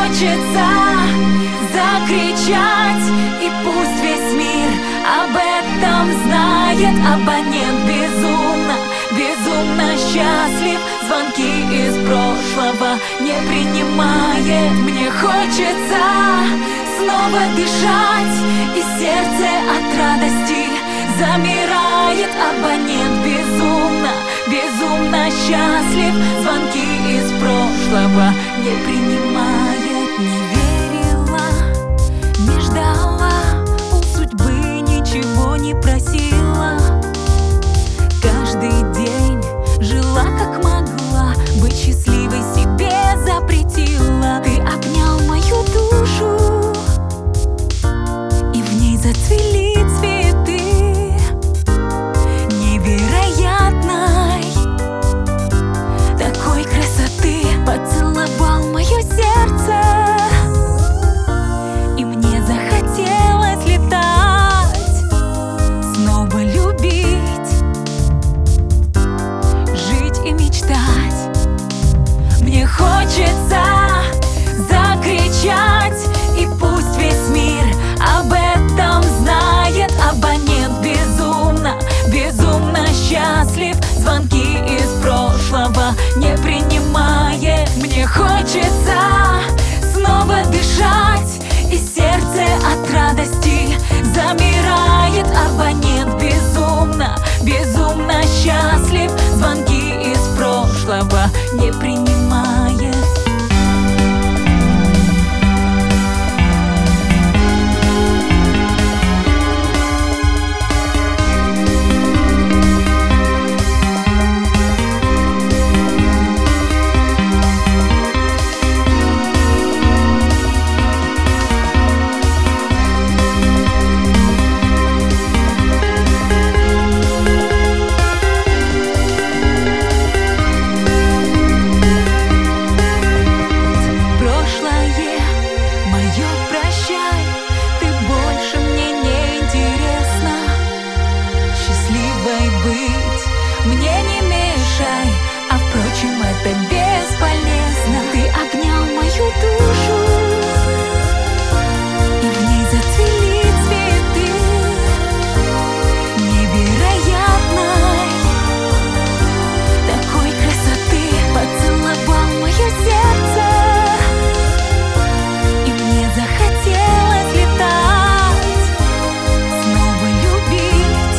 хочется закричать, и пусть весь мир об этом знает. Абонент безумно, безумно счастлив, звонки из прошлого не принимает. Мне хочется снова дышать, и сердце от радости замирает. Абонент безумно, безумно счастлив, звонки из прошлого не принимает. Не верила, не ждала, у судьбы ничего не просила. Каждый день жила как могла, быть счастливой себе запретила. Ты обнял мою душу, и в ней зацвели цветы невероятной такой красоты. Поцеловал мое сердце, и мне захотелось летать, снова любить, жить и мечтать. Мне хочется закричать, и пусть весь мир об этом знает. Абонент безумно, безумно счастлив, звонки из прошлого не принимает. Мне хочется снова дышать, и сердце от радости замирает. Абонент безумно, безумно счастлив, звонки из прошлого не принимает. Мне не мешай, а впрочем это бесполезно. Ты обнял мою душу, и в ней зацвели цветы невероятной такой красоты. Поцеловал мое сердце, и мне захотелось летать, снова любить,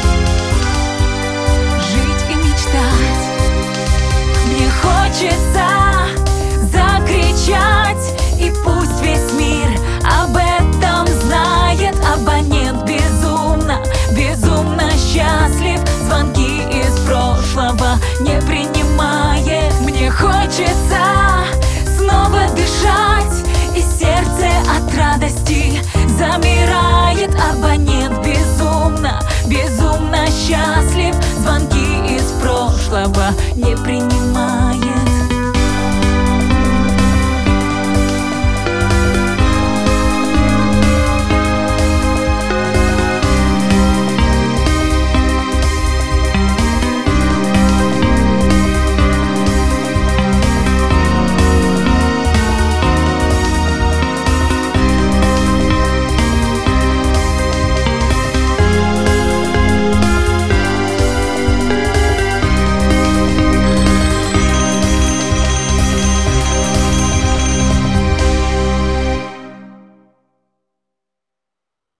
жить и мечтать. Мне хочется закричать, и пусть весь мир об этом знает. Абонент безумно, безумно счастлив, звонки из прошлого не принимает. Мне хочется снова дышать, и сердце от радости замирает. Абонент безумно, безумно счастлив, звонки из прошлого не принимает.